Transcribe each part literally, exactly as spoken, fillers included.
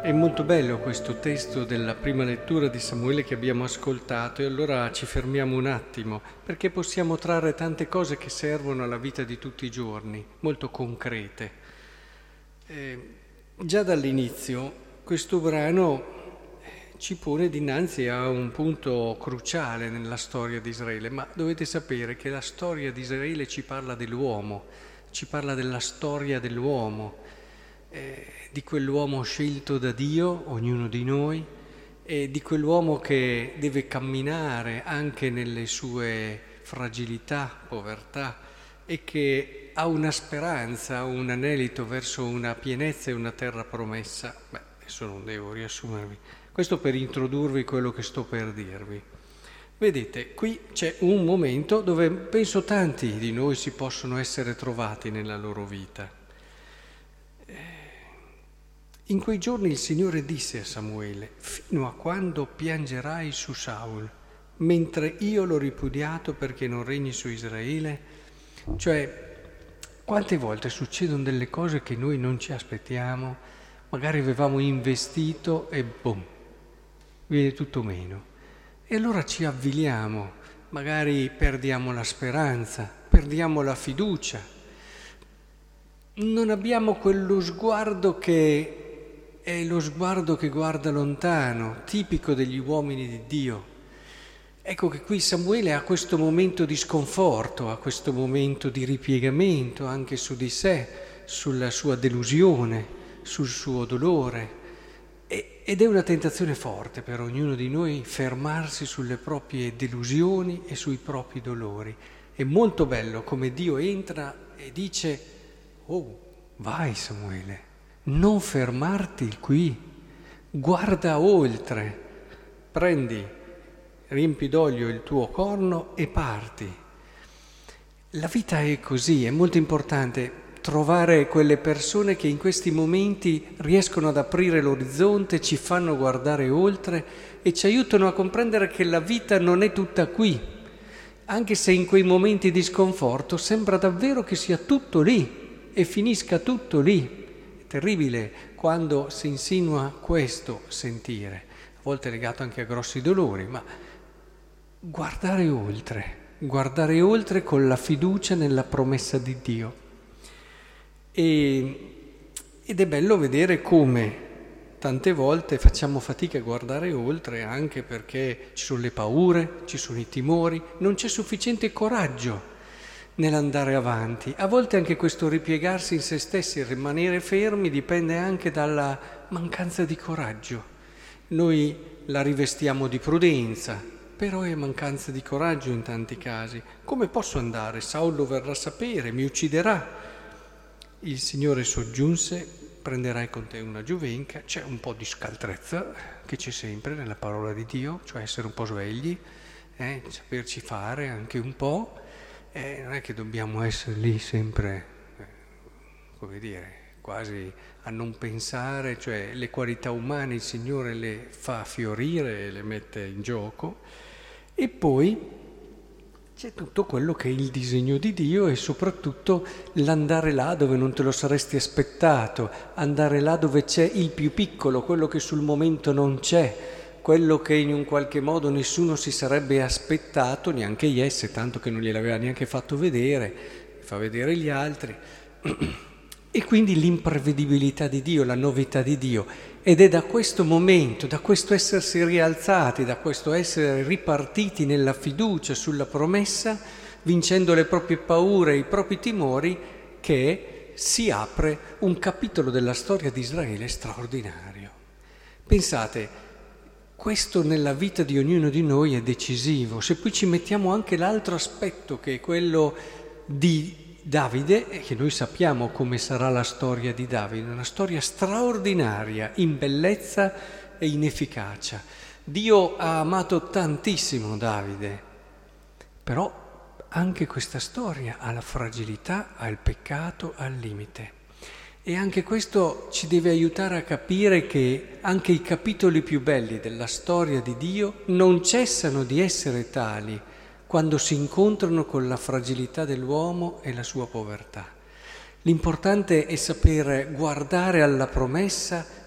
È molto bello questo testo della prima lettura di Samuele che abbiamo ascoltato, e allora ci fermiamo un attimo perché possiamo trarre tante cose che servono alla vita di tutti i giorni, molto concrete. Eh, già dall'inizio questo brano ci pone dinanzi a un punto cruciale nella storia di Israele, ma dovete sapere che la storia di Israele ci parla dell'uomo, ci parla della storia dell'uomo, eh, di quell'uomo scelto da Dio, ognuno di noi, e di quell'uomo che deve camminare anche nelle sue fragilità, povertà, e che ha una speranza, un anelito verso una pienezza e una terra promessa. Beh, adesso non devo riassumervi. Questo per introdurvi quello che sto per dirvi. Vedete, qui c'è un momento dove penso tanti di noi si possono essere trovati nella loro vita. In quei giorni il Signore disse a Samuele: fino a quando piangerai su Saul, mentre io l'ho ripudiato perché non regni su Israele? Cioè, quante volte succedono delle cose che noi non ci aspettiamo, magari avevamo investito e boom, viene tutto meno. E allora ci avviliamo, magari perdiamo la speranza, perdiamo la fiducia, non abbiamo quello sguardo che è lo sguardo che guarda lontano, tipico degli uomini di Dio. Ecco che qui Samuele ha questo momento di sconforto, ha questo momento di ripiegamento anche su di sé, sulla sua delusione, sul suo dolore. E, ed è una tentazione forte per ognuno di noi fermarsi sulle proprie delusioni e sui propri dolori. È molto bello come Dio entra e dice: oh, vai Samuele, non fermarti qui, guarda oltre, prendi, riempi d'olio il tuo corno e parti. La vita è così, è molto importante trovare quelle persone che in questi momenti riescono ad aprire l'orizzonte, ci fanno guardare oltre e ci aiutano a comprendere che la vita non è tutta qui, anche se in quei momenti di sconforto sembra davvero che sia tutto lì e finisca tutto lì. Terribile quando si insinua questo sentire, a volte legato anche a grossi dolori, ma guardare oltre, guardare oltre con la fiducia nella promessa di Dio. E, ed è bello vedere come tante volte facciamo fatica a guardare oltre, anche perché ci sono le paure, ci sono i timori, non c'è sufficiente coraggio nell'andare avanti. A volte anche questo ripiegarsi in se stessi e rimanere fermi dipende anche dalla mancanza di coraggio. Noi la rivestiamo di prudenza, però è mancanza di coraggio in tanti casi. Come posso andare? Saulo verrà a sapere, mi ucciderà. Il Signore soggiunse: prenderai con te una giovenca. C'è un po' di scaltrezza che c'è sempre nella parola di Dio, cioè essere un po' svegli, eh, saperci fare anche un po'. Eh, non è che dobbiamo essere lì sempre, eh, come dire, quasi a non pensare, cioè le qualità umane il Signore le fa fiorire e le mette in gioco. E poi c'è tutto quello che è il disegno di Dio e soprattutto l'andare là dove non te lo saresti aspettato, andare là dove c'è il più piccolo, quello che sul momento non c'è, quello che in un qualche modo nessuno si sarebbe aspettato, neanche Jesse, tanto che non gliel'aveva neanche fatto vedere, fa vedere gli altri. E quindi l'imprevedibilità di Dio, la novità di Dio. Ed è da questo momento, da questo essersi rialzati, da questo essere ripartiti nella fiducia sulla promessa, vincendo le proprie paure, i propri timori, che si apre un capitolo della storia di Israele straordinario. Pensate, questo nella vita di ognuno di noi è decisivo. Se poi ci mettiamo anche l'altro aspetto, che è quello di Davide, e che noi sappiamo come sarà la storia di Davide, una storia straordinaria in bellezza e in efficacia. Dio ha amato tantissimo Davide, però anche questa storia ha la fragilità, ha il peccato, ha il limite. E anche questo ci deve aiutare a capire che anche i capitoli più belli della storia di Dio non cessano di essere tali quando si incontrano con la fragilità dell'uomo e la sua povertà. L'importante è saper guardare alla promessa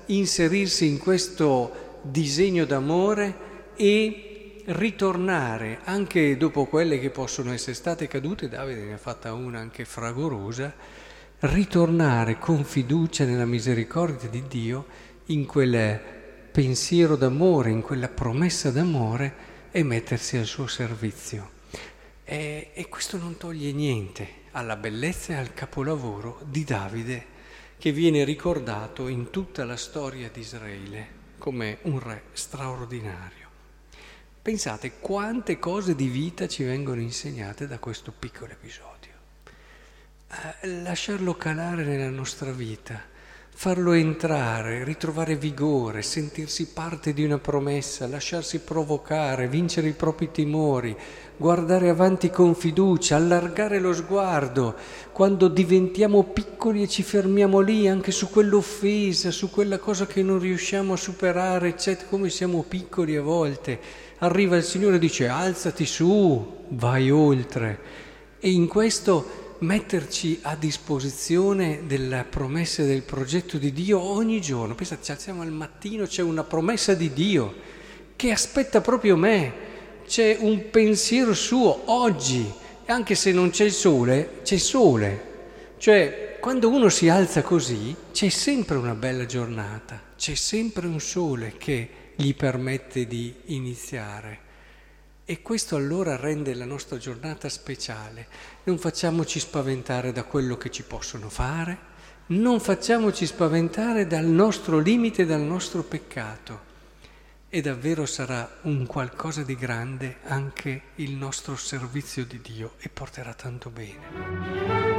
inserirsi in questo disegno d'amore e ritornare, anche dopo quelle che possono essere state cadute, Davide ne ha fatta una anche fragorosa, ritornare con fiducia nella misericordia di Dio in quel pensiero d'amore, in quella promessa d'amore e mettersi al suo servizio. E, e questo non toglie niente alla bellezza e al capolavoro di Davide, che viene ricordato in tutta la storia di Israele come un re straordinario. Pensate quante cose di vita ci vengono insegnate da questo piccolo episodio. Eh, lasciarlo calare nella nostra vita, farlo entrare, ritrovare vigore, sentirsi parte di una promessa, lasciarsi provocare, vincere i propri timori, guardare avanti con fiducia, allargare lo sguardo, quando diventiamo piccoli e ci fermiamo lì anche su quell'offesa, su quella cosa che non riusciamo a superare, eccetera, come siamo piccoli a volte. Arriva il Signore e dice: alzati su, vai oltre. E in questo metterci a disposizione della promessa e del progetto di Dio ogni giorno. Pensate, ci alziamo al mattino, c'è una promessa di Dio che aspetta proprio me, c'è un pensiero suo oggi, anche se non c'è il sole, c'è sole. Cioè, quando uno si alza così, c'è sempre una bella giornata, c'è sempre un sole che gli permette di iniziare. E questo allora rende la nostra giornata speciale. Non facciamoci spaventare da quello che ci possono fare, non facciamoci spaventare dal nostro limite, dal nostro peccato. E davvero sarà un qualcosa di grande anche il nostro servizio di Dio e porterà tanto bene.